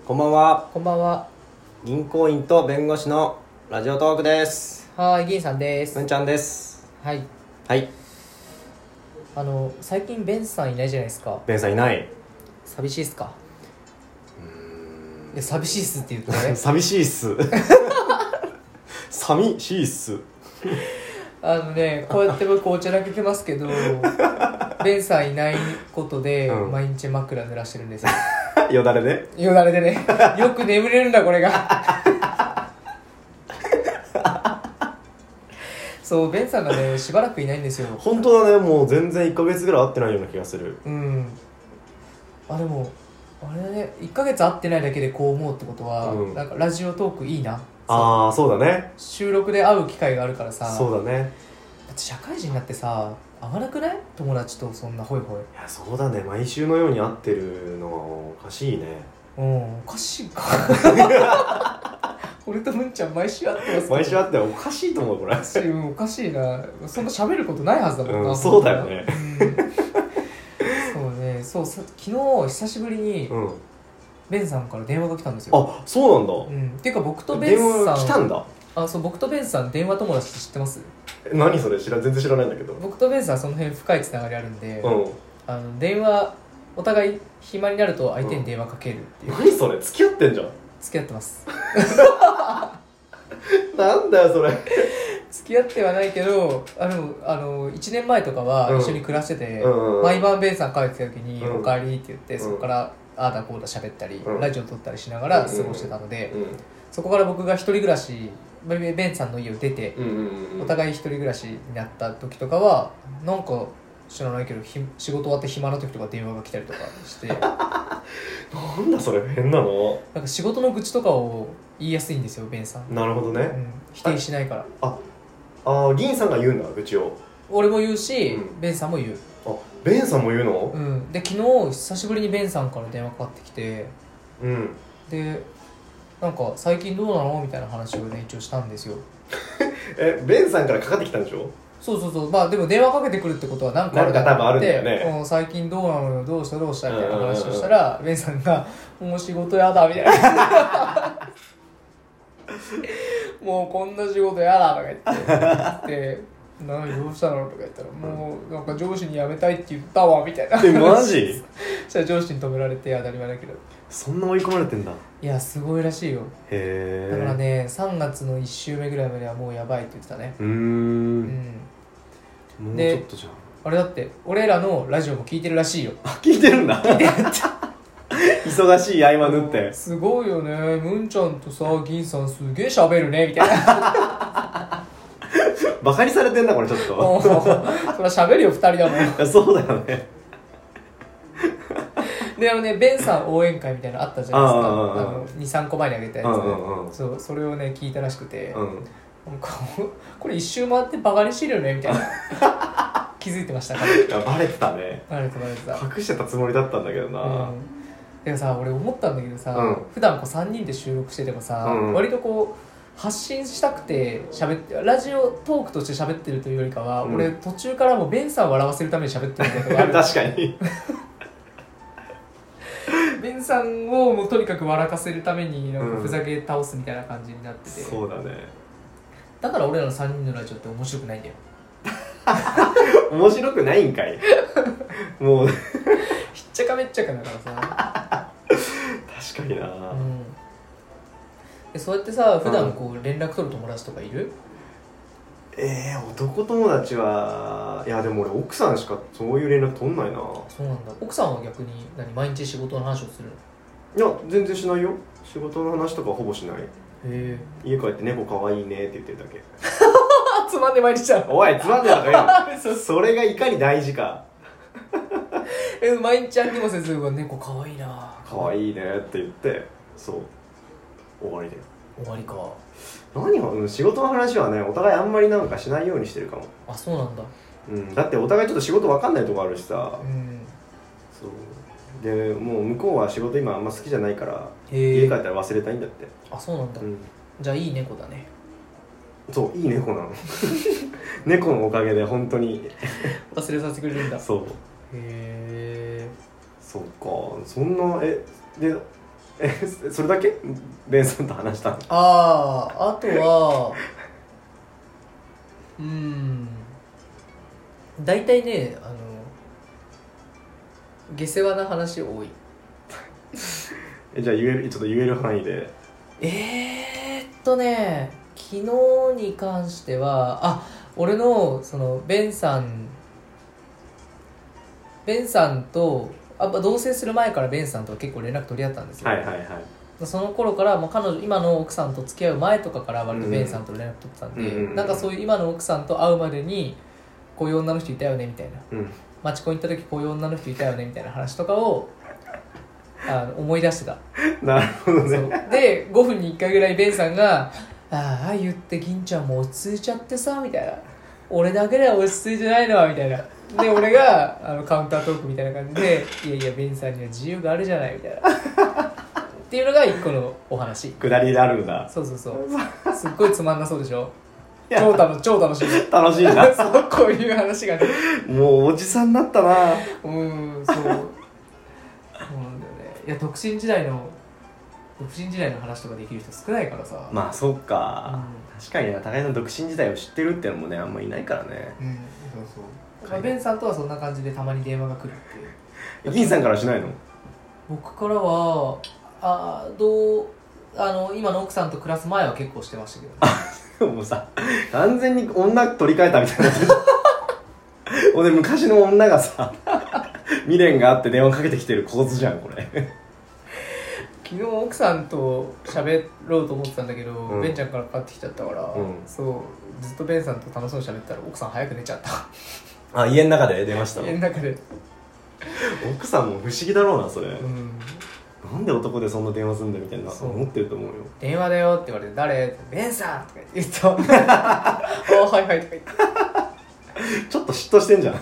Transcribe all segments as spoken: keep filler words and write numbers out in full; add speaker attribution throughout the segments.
Speaker 1: こんばんは。
Speaker 2: こんばんは。
Speaker 1: 銀行員と弁護士のラジオトークです。
Speaker 2: はい、銀さんです。
Speaker 1: 文ちゃんです。
Speaker 2: はい。
Speaker 1: はい。
Speaker 2: あの最近ベンさんいないじゃないですか。
Speaker 1: ベンさんいない。
Speaker 2: 寂しいっすか？
Speaker 1: うーん。
Speaker 2: いや寂しいっすって言ってね。
Speaker 1: 寂しいっす。寂しいっす。
Speaker 2: あのね、こうやって僕お茶だけてますけど、ベンさんいないことで、うん、毎日枕濡らしてるんですよ。
Speaker 1: よだれで？
Speaker 2: よだれでね。よく眠れるんだこれが。そう、ベンさんがねしばらくいないんですよ。
Speaker 1: 本当だね。もう全然いっかげつぐらい会ってないような気がする。
Speaker 2: うん。あでもあれだね、いっかげつ会ってないだけでこう思うってことは、うん、なんかラジオトークいいな。
Speaker 1: ああ、そうだね。
Speaker 2: 収録で会う機会があるからさ。
Speaker 1: そうだね。
Speaker 2: だって社会人になってさ、会わなくない？友達とそんなホイホイ。
Speaker 1: いや、そうだね。毎週のように会ってるのはおかしいね。
Speaker 2: うん、おかしいか。俺とむんちゃん毎週会ってますけど。
Speaker 1: 毎週会っておかしいと思うこれ。
Speaker 2: おかしい、うん、おかしいな。そんな喋ることないはずだもんな。
Speaker 1: うん、そうだよね。
Speaker 2: うん、そうね、そうさ、昨日久しぶりに、うん、ベンさんから電話が来たんですよ。
Speaker 1: あ、そうなんだ。
Speaker 2: うん、っていうか僕とベンさん
Speaker 1: 電話来たんだ。
Speaker 2: あ、そう、僕とベンさん電話友達って知ってます？
Speaker 1: え、何それ？知ら全然知らないんだけど。
Speaker 2: 僕とベンさんその辺深いつながりあるんで、
Speaker 1: うん、
Speaker 2: あの電話お互い暇になると相手に電話かけるっていう、
Speaker 1: うん、何それ？付き合ってんじゃん。
Speaker 2: 付き合ってます。
Speaker 1: なんだよそれ。
Speaker 2: 付き合ってはないけど、あのあのいちねんまえとかは一緒に暮らしてて、
Speaker 1: うん、
Speaker 2: 毎晩ベンさん帰ってきた時に、
Speaker 1: うん、
Speaker 2: おかえりって言って、そこからああだこうだ喋ったり、うん、ラジオ撮ったりしながら過ごしてたので、うんうん、そこから僕が一人暮らし、ベンさんの家を出て、うんうんうん、お互い一人暮らしになった時とかはなんか知らないけど仕事終わって暇な時とか電話が来たりとかして
Speaker 1: なんだそれ、変なの。
Speaker 2: なんか仕事の愚痴とかを言いやすいんですよベンさん。
Speaker 1: なるほどね、
Speaker 2: うん、否定しないから。
Speaker 1: ああ、銀さんが言うんだ愚痴を。
Speaker 2: 俺も言うし、うん、ベンさんも言う。
Speaker 1: あ、ベンさんも言うの？
Speaker 2: うん。で昨日久しぶりにベンさんから電話かかってきて、
Speaker 1: うん、
Speaker 2: でなんか最近どうなのみたいな話をね一応したんですよ。
Speaker 1: え、ベンさんからかかってきたんでしょ？
Speaker 2: そうそうそう。まあでも電話かけてくるってことは何かある
Speaker 1: だろうって、なんか多分あるんだよね。
Speaker 2: もう最近どうなのよ、どうしたどうしたみたいな話をしたら、ベンさんがもう仕事やだみたいな。もうこんな仕事やだとか言ってで、何どうしたのとか言ったら、もうなんか上司に辞めたいって言ったわみたいな。
Speaker 1: え、マジ？
Speaker 2: そしたら上司に止められて当たり前だけど。
Speaker 1: そんな追い込まれてんだ。
Speaker 2: いや、すごいらしいよ。
Speaker 1: へえ。
Speaker 2: だからね、さんがつのいっ週目ぐらいまではもうやばいって言ってたね。
Speaker 1: うーん、うん、もうちょっとじゃん。
Speaker 2: あれだって俺らのラジオも聞いてるらしいよ。
Speaker 1: あ、聞いてるんだ。
Speaker 2: 聞いてるって。
Speaker 1: 忙しい合間縫って。
Speaker 2: すごいよね、むんちゃんとさ銀さんすげえ喋るねみたいな。
Speaker 1: バカにされてんだこれちょっと。
Speaker 2: そりゃ喋るよふたりだもん。
Speaker 1: そうだよね。
Speaker 2: であのね、ベンさん応援会みたいなのあったじゃないですか。あの にさんこまえにあげたやつ、ね、そう、それをね聞いたらしくて、うん、なんかこれ一周回ってバカにしてるよねみたいな。気づいてましたから。い
Speaker 1: や、バレてたね。
Speaker 2: バレてたバレてた。
Speaker 1: 隠してたつもりだったんだけどな。うん、
Speaker 2: でもさ、俺思ったんだけどさ、うん、普段こうさんにんで収録しててもさ、うん、割とこう発信したくて喋ってラジオトークとして喋ってるというよりかは、うん、俺途中からもうベンさんを笑わせるために喋ってるみたいなことがある。
Speaker 1: 確かに。
Speaker 2: ベンさんをもうとにかく笑かせるためになんかふざけ倒すみたいな感じになってて、
Speaker 1: うん、そうだね。だ
Speaker 2: から俺らのさんにんのラジオって面白くないんだよ。
Speaker 1: 面白くないんかい。もうひっ
Speaker 2: ちゃかめっちゃかだからさ。
Speaker 1: 確かにな、うん、
Speaker 2: でそうやってさ普段こう連絡取る友達とかいる？
Speaker 1: えー、男友達は、いやでも俺奥さんしかそういう連絡取んないな。
Speaker 2: そうなんだ。奥さんは逆に何毎日仕事の話をする
Speaker 1: の？いや全然しないよ。仕事の話とかほぼしない。
Speaker 2: へ
Speaker 1: え。家帰って猫かわいいねって言ってるだけ。
Speaker 2: つまんで毎日じゃん。
Speaker 1: おい、つまんでなんか言う。それがいかに大事か。
Speaker 2: え、毎日あんにもせず猫かわいいな
Speaker 1: かわいいねって言ってそう終わりだよ。
Speaker 2: 終わりか。
Speaker 1: 何が仕事の話はねお互いあんまりなんかしないようにしてるかも。
Speaker 2: あ、そうなんだ。
Speaker 1: うん、だってお互いちょっと仕事分かんないとこあるしさ、
Speaker 2: うん、
Speaker 1: そうでもう向こうは仕事今あんま好きじゃないから家帰ったら忘れたいんだって。
Speaker 2: あ、そうなんだ、うん、じゃあいい猫だね。
Speaker 1: そう、いい猫なの。猫のおかげで本当に
Speaker 2: 忘れさせてくれるんだ。
Speaker 1: そう。
Speaker 2: へえ。
Speaker 1: そうか、そんなえでえそれだけベンさんと話したの？
Speaker 2: あああとはうーん大体ねあの下世話な話多い
Speaker 1: えじゃあ言えるちょっと言える範囲で。
Speaker 2: えー、っとね昨日に関してはあ俺のそのベンさんベンさんとあ同棲する前からベンさんと結構連絡取り合ったんですよ。
Speaker 1: はいはいはい。
Speaker 2: その頃から、まあ、彼女今の奥さんと付き合う前とかから割とベンさんと連絡取ってたんで、
Speaker 1: うんうん、
Speaker 2: なんかそういう今の奥さんと会うまでにこういう女の人いたよねみたいな、
Speaker 1: うん、
Speaker 2: マチコン行った時こういう女の人いたよねみたいな話とかをあの思い出してた。
Speaker 1: なるほどね。
Speaker 2: そうでごふんにいっかいぐらいベンさんがああ言って銀ちゃんも落ち着いちゃってさみたいな、俺だけでは落ち着いてないのはみたいなで俺があのカウンタートークみたいな感じでいやいやベンさんには自由があるじゃないみたいなっていうのが一個のお話。
Speaker 1: 下りであるんだ。
Speaker 2: そうそうそうすっごいつまんなそうでしょ。超楽超楽しい
Speaker 1: 楽しいんだ
Speaker 2: そうこういう話がね
Speaker 1: もうおじさんになったな。
Speaker 2: うんそうそうなんだよね。いや独身時代の独身時代の話とかできる人少ないからさ。
Speaker 1: まあそっか、
Speaker 2: うん、
Speaker 1: 確かにな。高井さん独身時代を知ってるってのもねあんまいないからね。
Speaker 2: うんそうそう、まあ、ベンさんとはそんな感じでたまに電話が来るっていう。
Speaker 1: 銀さんからしないの？
Speaker 2: 僕からはあどうあの今の奥さんと暮らす前は結構してましたけど、ね、
Speaker 1: もうさ完全に女取り替えたみたいな俺昔の女がさ未練があって電話かけてきてる構図じゃんこれ
Speaker 2: 昨日奥さんと喋ろうと思ってたんだけど、うん、ベンちゃんからかかってきちゃったから、うん、そうずっとベンさんと楽しそうに喋ったら奥さん早く寝ちゃった
Speaker 1: あ家の中で出ましたの？
Speaker 2: 家の中で
Speaker 1: 奥さんも不思議だろうなそれ、
Speaker 2: うん、
Speaker 1: なんで男でそんな電話すんだみたいな思ってると思うよ。
Speaker 2: 電話だよって言われて誰？ベンさんとか言って言うとああはいはいとか言って
Speaker 1: ちょっと嫉妬してんじゃん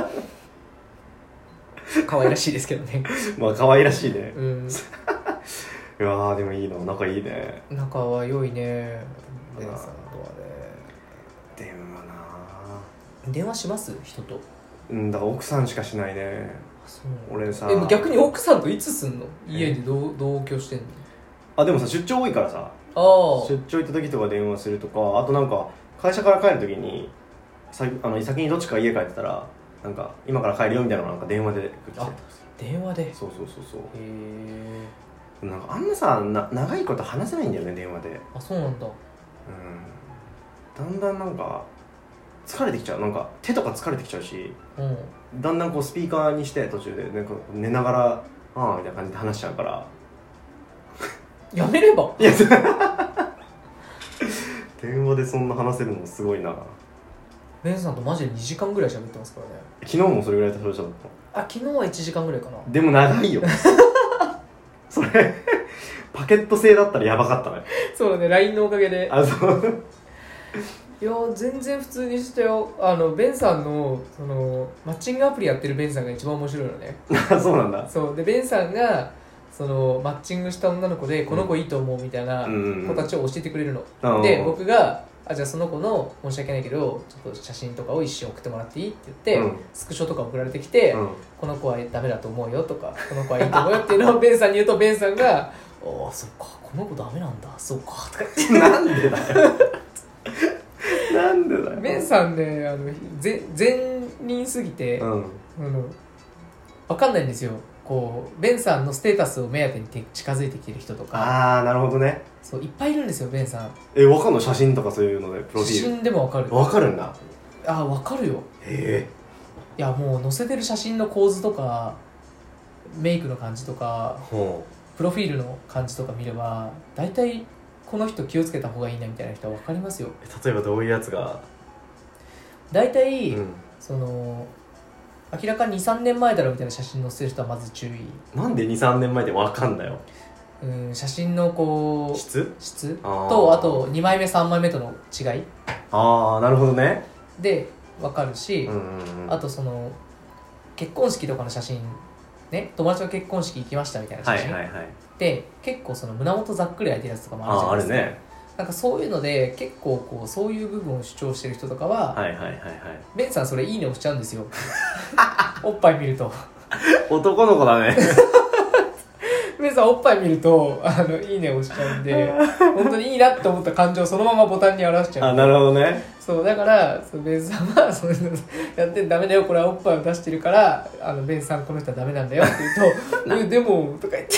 Speaker 2: 可愛らしいですけどね
Speaker 1: まあ可愛らしいね、
Speaker 2: うん、
Speaker 1: いやーでもいいな仲いいね。
Speaker 2: 仲は良いねベンさんとはね。
Speaker 1: 電話な
Speaker 2: 電話します人と？
Speaker 1: うんだから奥さんしかしないね。
Speaker 2: そう
Speaker 1: 俺さ
Speaker 2: でも逆に奥さんといつすんの？家で同同居してんの？
Speaker 1: あでもさ出張多いからさ
Speaker 2: あ
Speaker 1: 出張行った時とか電話するとか、あとなんか会社から帰る時にさあの先にどっちか家帰ってたらなんか今から帰るよみたいなのなんか電話で来て
Speaker 2: あ電話で
Speaker 1: そうそうそうそう。
Speaker 2: へ
Speaker 1: えなんかあんまさな長いこと話せないんだよね電話で。
Speaker 2: あそうなんだ。
Speaker 1: うんだんだんなんか疲れてきちゃう。なんか手とか疲れてきちゃうし、
Speaker 2: うん、
Speaker 1: だんだんこうスピーカーにして途中でなんか寝ながらああみたいな感じで話しちゃうから
Speaker 2: やめれば
Speaker 1: いや電話でそんな話せるのすごいな。
Speaker 2: ベンさんとマジでにじかんぐらい喋ってますからね。
Speaker 1: 昨日もそれぐらい喋っちゃった。
Speaker 2: あ昨日はいちじかんぐらいかな。
Speaker 1: でも長いよそれパケット製だったらやばかったね。
Speaker 2: そうだね ライン のおかげで。
Speaker 1: あそう
Speaker 2: いや全然普通にしたよ。あのベンさんのそのマッチングアプリやってるベンさんが一番面白いのね
Speaker 1: そうなんだ。
Speaker 2: そうでベンさんがそのマッチングした女の子でこの子いいと思うみたいな子たちを教えてくれるの、うんうん、で僕があじゃあその子の申し訳ないけどちょっと写真とかを一瞬送ってもらっていいって言って、うん、スクショとか送られてきて、うん、この子はダメだと思うよとかこの子はいいと思うよっていうのをベンさんに言うとベンさんがああそっかこの子ダメなんだそうかとか言って
Speaker 1: なんでだよなんでだよ。
Speaker 2: ベンさんねあのぜ善人すぎて、うん、あの分かんないんですよ。こうベンさんのステータスを目当てにて近づいてきてる人とか。
Speaker 1: ああなるほどね。
Speaker 2: そういっぱいいるんですよベンさん。
Speaker 1: え分かんの写真とかそういうのでプロフィール。
Speaker 2: 写真でも分かる。
Speaker 1: 分かるんだ。
Speaker 2: あ分かるよ。
Speaker 1: へえ。
Speaker 2: いやもう載せてる写真の構図とかメイクの感じとかプロフィールの感じとか見れば大体この人気をつけた方がいいなみたいな人は分かりますよ。
Speaker 1: 例えばどういうやつが。
Speaker 2: 大体、うん、その明らかに にさんねんまえだろみたいな写真載せる人はまず注意。
Speaker 1: なんで にさんねんまえで分かんだよ。
Speaker 2: うん写真のこう
Speaker 1: 質
Speaker 2: 質とあとにまいめさんまいめとの違い
Speaker 1: ああなるほどね
Speaker 2: で分かるし、
Speaker 1: うんうんうん、
Speaker 2: あとその結婚式とかの写真ね友達の結婚式行きましたみたいな写真、はいはいはい、で結構その胸元ざっくり開いてるやつとかもあるじゃないですか。あ、あるね。なんかそういうので結構こうそういう部分を主張してる人とかは、
Speaker 1: はいはいはいはい、
Speaker 2: ベンさんそれいいね押しちゃうんですよおっぱい見ると
Speaker 1: 男の子だね
Speaker 2: ベンさんおっぱい見るとあのいいね押しちゃうんで本当にいいなって思った感情をそのままボタンに表しちゃう。
Speaker 1: あ、なるほどね。
Speaker 2: そうだからそうベンさんはそういうのやってダメだよ、これはおっぱいを出してるからあのベンさんこの人はダメなんだよって言うとえでもとか言って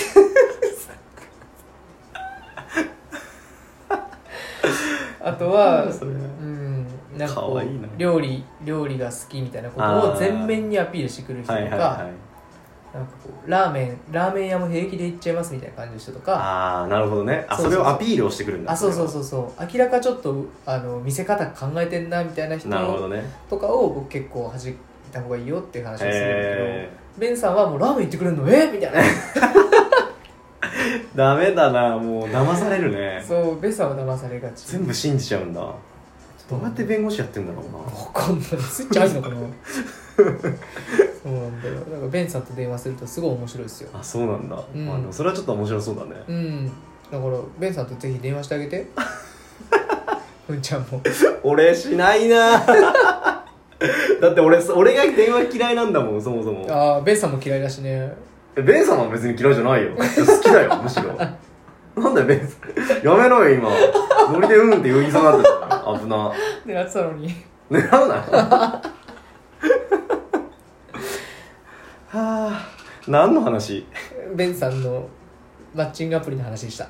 Speaker 2: あとはうんなんかこう
Speaker 1: かわいいな、
Speaker 2: 料理料理が好きみたいなことを全面にアピールしてくる人とか、
Speaker 1: はいはいはい、
Speaker 2: なんかこうラーメンラーメン屋も平気で行っちゃいますみたいな感じの人とか。
Speaker 1: ああ、なるほどね。あ、
Speaker 2: そうそうそう、
Speaker 1: それをアピールをしてくるんだ。
Speaker 2: あ、そうそうそうそう、明らかちょっとあの見せ方考えてんなみたいな人
Speaker 1: なるほどね
Speaker 2: とかを僕結構弾いた方がいいよっていう話をするんだけど、
Speaker 1: えー、
Speaker 2: ベンさんはもうラーメン行ってくれるのえみたいな
Speaker 1: ダメだな、もう騙されるね。
Speaker 2: そうベンさんは騙されがち。
Speaker 1: 全部信じちゃうんだ。どうやって弁護士やってんだろうな。
Speaker 2: 分かんない、スイッチ入るのかなそうなんだよ。だからベンさんと電話するとすごい面白いですよ。
Speaker 1: あ、そうなんだ、
Speaker 2: うん、
Speaker 1: まあ、でもそれはちょっと面白そうだね。
Speaker 2: うん、だからベンさんとぜひ電話してあげてふんちゃんも。
Speaker 1: 俺しないなだって俺俺が電話嫌いなんだもん、そもそも。
Speaker 2: ああ、ベンさんも嫌いだしね。
Speaker 1: ベンさんは別に嫌いじゃないよ、好きだよむしろなんだよベンさん、やめろよ今ノリでうんって言いそうになってた。危な、
Speaker 2: 狙ってたのに
Speaker 1: 狙うなはあ、何の話？
Speaker 2: ベンさんのマッチングアプリの話でした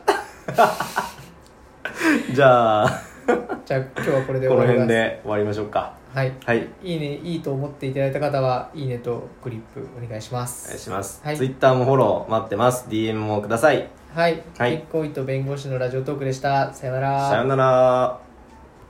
Speaker 1: じゃあ
Speaker 2: じゃあ今日はこれで
Speaker 1: この
Speaker 2: 終わります。
Speaker 1: 辺で終わりましょうか。
Speaker 2: はい、
Speaker 1: はい、
Speaker 2: いいね、いいと思っていただいた方はいいねとクリップお願いしま
Speaker 1: お
Speaker 2: す。
Speaker 1: 願いします、
Speaker 2: はい、
Speaker 1: ツイッターもフォロー待ってます。 ディーエム もください。
Speaker 2: はい、
Speaker 1: はい、
Speaker 2: 結婚糸弁護士のラジオトークでした。さよなら。
Speaker 1: さよなら。